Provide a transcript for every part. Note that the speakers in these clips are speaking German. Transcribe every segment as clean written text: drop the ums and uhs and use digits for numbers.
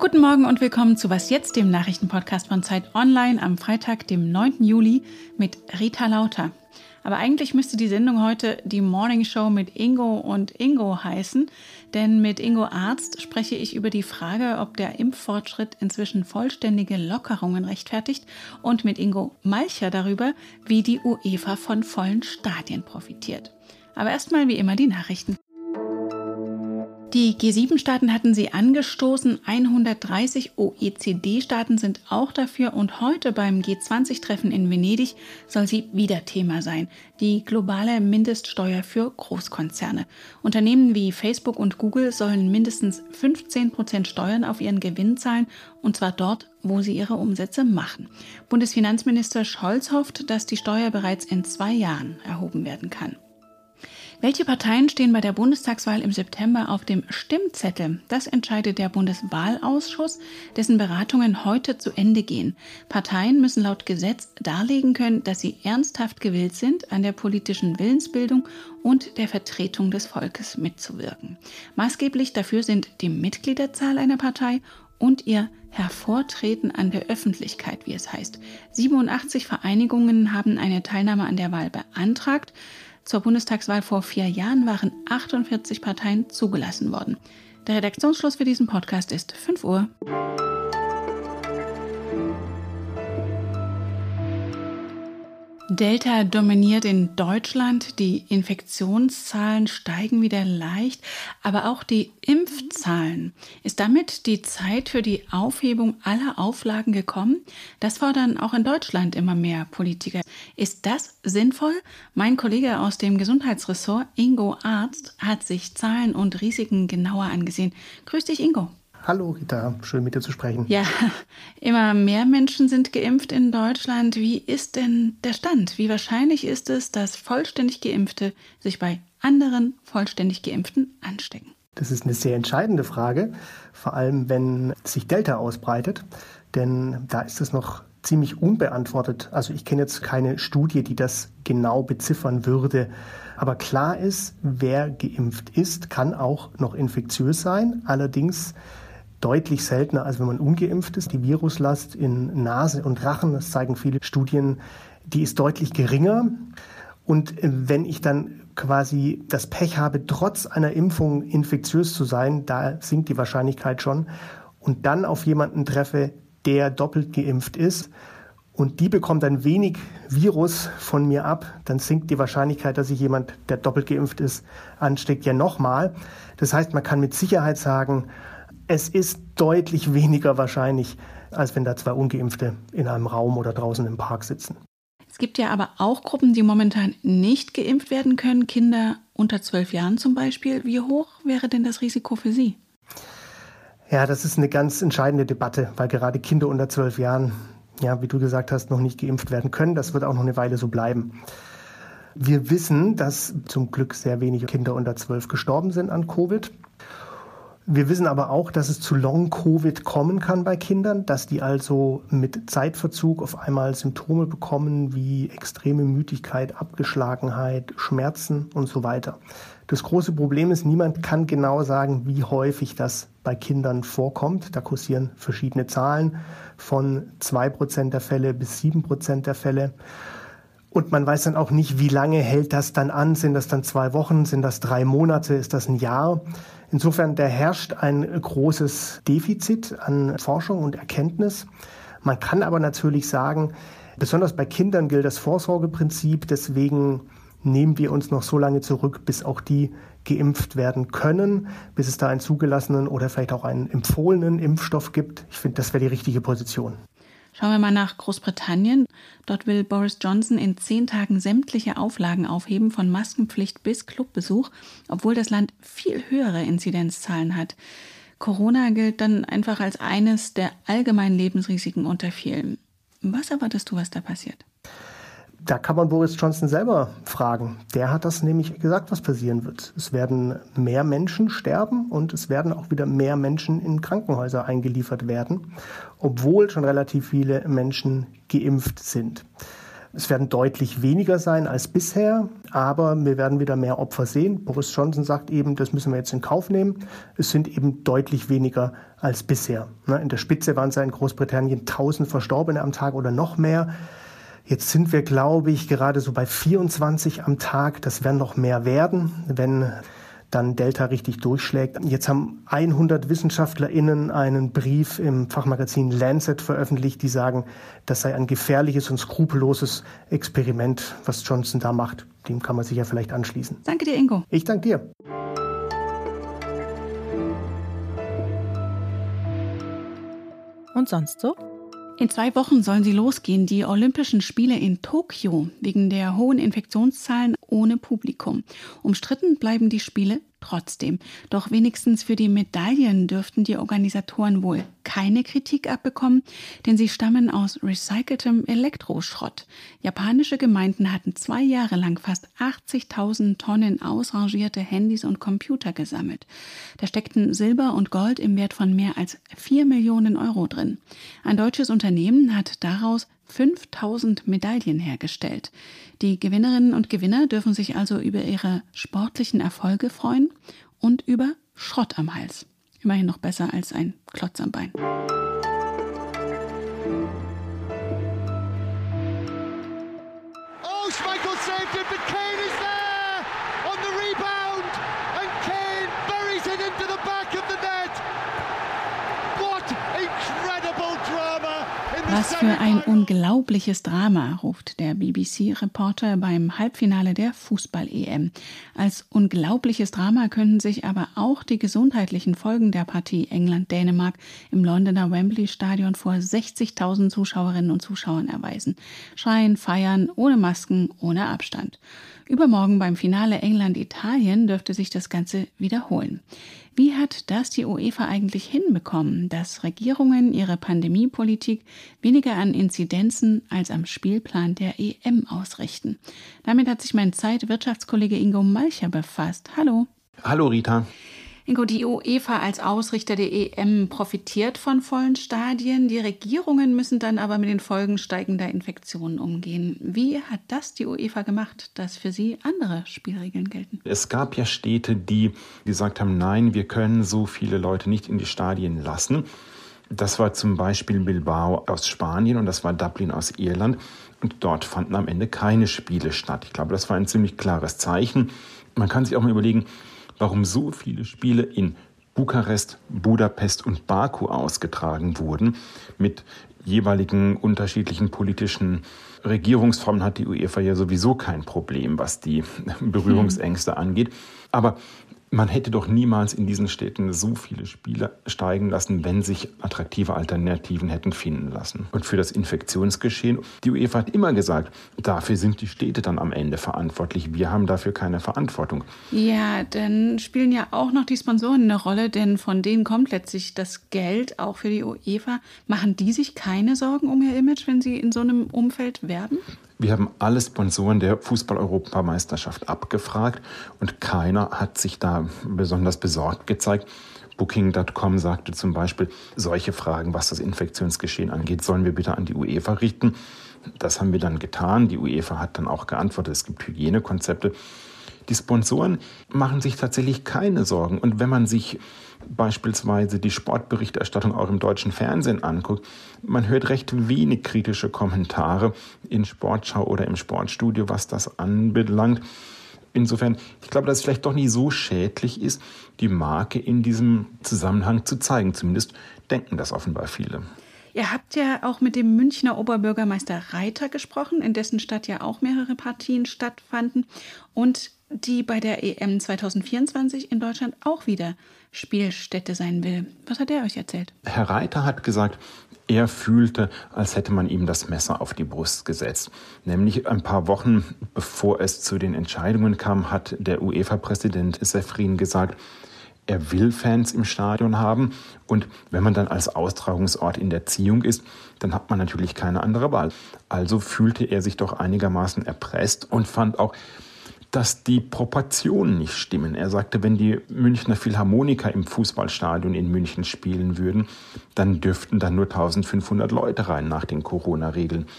Guten Morgen und willkommen zu Was jetzt, dem Nachrichtenpodcast von Zeit Online am Freitag, dem 9. Juli mit Rita Lauter. Aber eigentlich müsste die Sendung heute die Morning Show mit Ingo und Ingo heißen, denn mit Ingo Arzt spreche ich über die Frage, ob der Impffortschritt inzwischen vollständige Lockerungen rechtfertigt und mit Ingo Malcher darüber, wie die UEFA von vollen Stadien profitiert. Aber erstmal wie immer die Nachrichten. Die G7-Staaten hatten sie angestoßen, 130 OECD-Staaten sind auch dafür und heute beim G20-Treffen in Venedig soll sie wieder Thema sein, die globale Mindeststeuer für Großkonzerne. Unternehmen wie Facebook und Google sollen mindestens 15% Steuern auf ihren Gewinn zahlen und zwar dort, wo sie ihre Umsätze machen. Bundesfinanzminister Scholz hofft, dass die Steuer bereits in 2 Jahren erhoben werden kann. Welche Parteien stehen bei der Bundestagswahl im September auf dem Stimmzettel? Das entscheidet der Bundeswahlausschuss, dessen Beratungen heute zu Ende gehen. Parteien müssen laut Gesetz darlegen können, dass sie ernsthaft gewillt sind, an der politischen Willensbildung und der Vertretung des Volkes mitzuwirken. Maßgeblich dafür sind die Mitgliederzahl einer Partei und ihr Hervortreten an der Öffentlichkeit, wie es heißt. 87 Vereinigungen haben eine Teilnahme an der Wahl beantragt. Zur Bundestagswahl vor 4 Jahren waren 48 Parteien zugelassen worden. Der Redaktionsschluss für diesen Podcast ist 5 Uhr. Delta dominiert in Deutschland, die Infektionszahlen steigen wieder leicht, aber auch die Impfzahlen. Ist damit die Zeit für die Aufhebung aller Auflagen gekommen? Das fordern auch in Deutschland immer mehr Politiker. Ist das sinnvoll? Mein Kollege aus dem Gesundheitsressort, Ingo Arzt, hat sich Zahlen und Risiken genauer angesehen. Grüß dich, Ingo. Hallo Rita, schön mit dir zu sprechen. Ja, immer mehr Menschen sind geimpft in Deutschland. Wie ist denn der Stand? Wie wahrscheinlich ist es, dass vollständig Geimpfte sich bei anderen vollständig Geimpften anstecken? Das ist eine sehr entscheidende Frage, vor allem wenn sich Delta ausbreitet, denn da ist es noch ziemlich unbeantwortet. Also ich kenne jetzt keine Studie, die das genau beziffern würde. Aber klar ist, wer geimpft ist, kann auch noch infektiös sein. Allerdings deutlich seltener, als wenn man ungeimpft ist. Die Viruslast in Nase und Rachen, das zeigen viele Studien, die ist deutlich geringer. Und wenn ich dann quasi das Pech habe, trotz einer Impfung infektiös zu sein, da sinkt die Wahrscheinlichkeit schon. Und dann auf jemanden treffe, der doppelt geimpft ist und die bekommt dann wenig Virus von mir ab, dann sinkt die Wahrscheinlichkeit, dass sich jemand, der doppelt geimpft ist, ansteckt, ja nochmal. Das heißt, man kann mit Sicherheit sagen, es ist deutlich weniger wahrscheinlich, als wenn da 2 Ungeimpfte in einem Raum oder draußen im Park sitzen. Es gibt ja aber auch Gruppen, die momentan nicht geimpft werden können, Kinder unter 12 Jahren zum Beispiel. Wie hoch wäre denn das Risiko für sie? Ja, das ist eine ganz entscheidende Debatte, weil gerade Kinder unter 12 Jahren, ja, wie du gesagt hast, noch nicht geimpft werden können. Das wird auch noch eine Weile so bleiben. Wir wissen, dass zum Glück sehr wenige Kinder unter 12 gestorben sind an Covid. Wir wissen aber auch, dass es zu Long-Covid kommen kann bei Kindern, dass die also mit Zeitverzug auf einmal Symptome bekommen wie extreme Müdigkeit, Abgeschlagenheit, Schmerzen und so weiter. Das große Problem ist, niemand kann genau sagen, wie häufig das bei Kindern vorkommt. Da kursieren verschiedene Zahlen von 2% der Fälle bis 7% der Fälle. Und man weiß dann auch nicht, wie lange hält das dann an. Sind das dann 2 Wochen? Sind das 3 Monate? Ist das ein Jahr? Insofern, da herrscht ein großes Defizit an Forschung und Erkenntnis. Man kann aber natürlich sagen, besonders bei Kindern gilt das Vorsorgeprinzip. Deswegen nehmen wir uns noch so lange zurück, bis auch die geimpft werden können, bis es da einen zugelassenen oder vielleicht auch einen empfohlenen Impfstoff gibt. Ich finde, das wäre die richtige Position. Schauen wir mal nach Großbritannien. Dort will Boris Johnson in 10 Tagen sämtliche Auflagen aufheben, von Maskenpflicht bis Clubbesuch, obwohl das Land viel höhere Inzidenzzahlen hat. Corona gilt dann einfach als eines der allgemeinen Lebensrisiken unter vielen. Was erwartest du, was da passiert? Da kann man Boris Johnson selber fragen. Der hat das nämlich gesagt, was passieren wird. Es werden mehr Menschen sterben und es werden auch wieder mehr Menschen in Krankenhäuser eingeliefert werden, obwohl schon relativ viele Menschen geimpft sind. Es werden deutlich weniger sein als bisher, aber wir werden wieder mehr Opfer sehen. Boris Johnson sagt eben, das müssen wir jetzt in Kauf nehmen. Es sind eben deutlich weniger als bisher. In der Spitze waren es ja in Großbritannien 1000 Verstorbene am Tag oder noch mehr. Jetzt sind wir, glaube ich, gerade so bei 24 am Tag. Das werden noch mehr werden, wenn dann Delta richtig durchschlägt. Jetzt haben 100 WissenschaftlerInnen einen Brief im Fachmagazin Lancet veröffentlicht, die sagen, das sei ein gefährliches und skrupelloses Experiment, was Johnson da macht. Dem kann man sich ja vielleicht anschließen. Danke dir, Ingo. Ich danke dir. Und sonst so? In 2 Wochen sollen sie losgehen, die Olympischen Spiele in Tokio, wegen der hohen Infektionszahlen ohne Publikum. Umstritten bleiben die Spiele trotzdem. Doch wenigstens für die Medaillen dürften die Organisatoren wohl keine Kritik abbekommen, denn sie stammen aus recyceltem Elektroschrott. Japanische Gemeinden hatten 2 Jahre lang fast 80.000 Tonnen ausrangierte Handys und Computer gesammelt. Da steckten Silber und Gold im Wert von mehr als 4 Millionen Euro drin. Ein deutsches Unternehmen hat daraus 5.000 Medaillen hergestellt. Die Gewinnerinnen und Gewinner dürfen sich also über ihre sportlichen Erfolge freuen und über Schrott am Hals. Immerhin noch besser als ein Klotz am Bein. Oh, Schmeichel saved it, but Kane is there on the rebound, and Kane buries it into the back of the net. What incredible drama! Was für ein unglaubliches Drama, ruft der BBC-Reporter beim Halbfinale der Fußball-EM. Als unglaubliches Drama könnten sich aber auch die gesundheitlichen Folgen der Partie England-Dänemark im Londoner Wembley-Stadion vor 60.000 Zuschauerinnen und Zuschauern erweisen. Schreien, feiern, ohne Masken, ohne Abstand. Übermorgen beim Finale England-Italien dürfte sich das Ganze wiederholen. Wie hat das die UEFA eigentlich hinbekommen, dass Regierungen ihre Pandemiepolitik weniger an Inzidenzen als am Spielplan der EM ausrichten? Damit hat sich mein Zeit-Wirtschaftskollege Ingo Malcher befasst. Hallo. Hallo Rita. Ingo, die UEFA als Ausrichter der EM profitiert von vollen Stadien. Die Regierungen müssen dann aber mit den Folgen steigender Infektionen umgehen. Wie hat das die UEFA gemacht, dass für sie andere Spielregeln gelten? Es gab ja Städte, die gesagt haben, nein, wir können so viele Leute nicht in die Stadien lassen. Das war zum Beispiel Bilbao aus Spanien und das war Dublin aus Irland. Und dort fanden am Ende keine Spiele statt. Ich glaube, das war ein ziemlich klares Zeichen. Man kann sich auch mal überlegen, warum so viele Spiele in Bukarest, Budapest und Baku ausgetragen wurden. Mit jeweiligen unterschiedlichen politischen Regierungsformen hat die UEFA ja sowieso kein Problem, was die Berührungsängste angeht. Aber man hätte doch niemals in diesen Städten so viele Spiele steigen lassen, wenn sich attraktive Alternativen hätten finden lassen. Und für das Infektionsgeschehen, die UEFA hat immer gesagt, dafür sind die Städte dann am Ende verantwortlich. Wir haben dafür keine Verantwortung. Ja, dann spielen ja auch noch die Sponsoren eine Rolle, denn von denen kommt letztlich das Geld, auch für die UEFA. Machen die sich keine Sorgen um ihr Image, wenn sie in so einem Umfeld werben? Wir haben alle Sponsoren der Fußball-Europameisterschaft abgefragt und keiner hat sich da besonders besorgt gezeigt. Booking.com sagte zum Beispiel, solche Fragen, was das Infektionsgeschehen angeht, sollen wir bitte an die UEFA richten. Das haben wir dann getan. Die UEFA hat dann auch geantwortet, es gibt Hygienekonzepte. Die Sponsoren machen sich tatsächlich keine Sorgen. Und wenn man sich beispielsweise die Sportberichterstattung auch im deutschen Fernsehen anguckt, man hört recht wenig kritische Kommentare in Sportschau oder im Sportstudio, was das anbelangt. Insofern, ich glaube, dass es vielleicht doch nicht so schädlich ist, die Marke in diesem Zusammenhang zu zeigen. Zumindest denken das offenbar viele. Ihr habt ja auch mit dem Münchner Oberbürgermeister Reiter gesprochen, in dessen Stadt ja auch mehrere Partien stattfanden und die bei der EM 2024 in Deutschland auch wieder Spielstätte sein will. Was hat er euch erzählt? Herr Reiter hat gesagt, er fühlte, als hätte man ihm das Messer auf die Brust gesetzt. Nämlich ein paar Wochen bevor es zu den Entscheidungen kam, hat der UEFA-Präsident Seferin gesagt, er will Fans im Stadion haben. Und wenn man dann als Austragungsort in der Ziehung ist, dann hat man natürlich keine andere Wahl. Also fühlte er sich doch einigermaßen erpresst und fand auch, dass die Proportionen nicht stimmen. Er sagte, wenn die Münchner Philharmoniker im Fußballstadion in München spielen würden, dann dürften da nur 1.500 Leute rein nach den Corona-Regeln.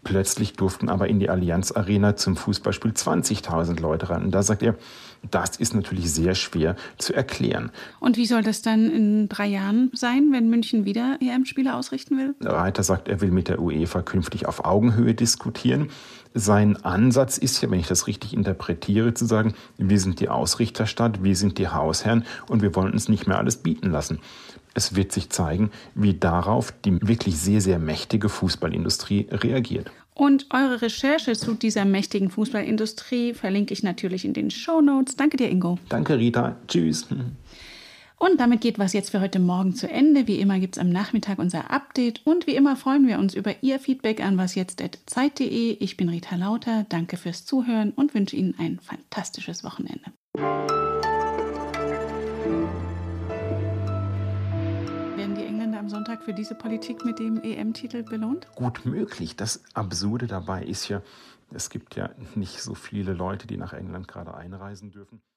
Plötzlich durften aber in die Allianz Arena zum Fußballspiel 20.000 Leute rein. Und da sagt er, das ist natürlich sehr schwer zu erklären. Und wie soll das dann in 3 Jahren sein, wenn München wieder EM-Spiele ausrichten will? Reiter sagt, er will mit der UEFA künftig auf Augenhöhe diskutieren. Sein Ansatz ist ja, wenn ich das richtig interpretiere, zu sagen, wir sind die Ausrichterstadt, wir sind die Hausherren und wir wollen uns nicht mehr alles bieten lassen. Es wird sich zeigen, wie darauf die wirklich sehr, sehr mächtige Fußballindustrie reagiert. Und eure Recherche zu dieser mächtigen Fußballindustrie verlinke ich natürlich in den Shownotes. Danke dir, Ingo. Danke, Rita. Tschüss. Und damit geht was jetzt für heute Morgen zu Ende. Wie immer gibt es am Nachmittag unser Update. Und wie immer freuen wir uns über Ihr Feedback an wasjetzt@zeit.de. Ich bin Rita Lauter. Danke fürs Zuhören und wünsche Ihnen ein fantastisches Wochenende. Werden die Engländer am Sonntag für diese Politik mit dem EM-Titel belohnt? Gut möglich. Das Absurde dabei ist ja, es gibt ja nicht so viele Leute, die nach England gerade einreisen dürfen.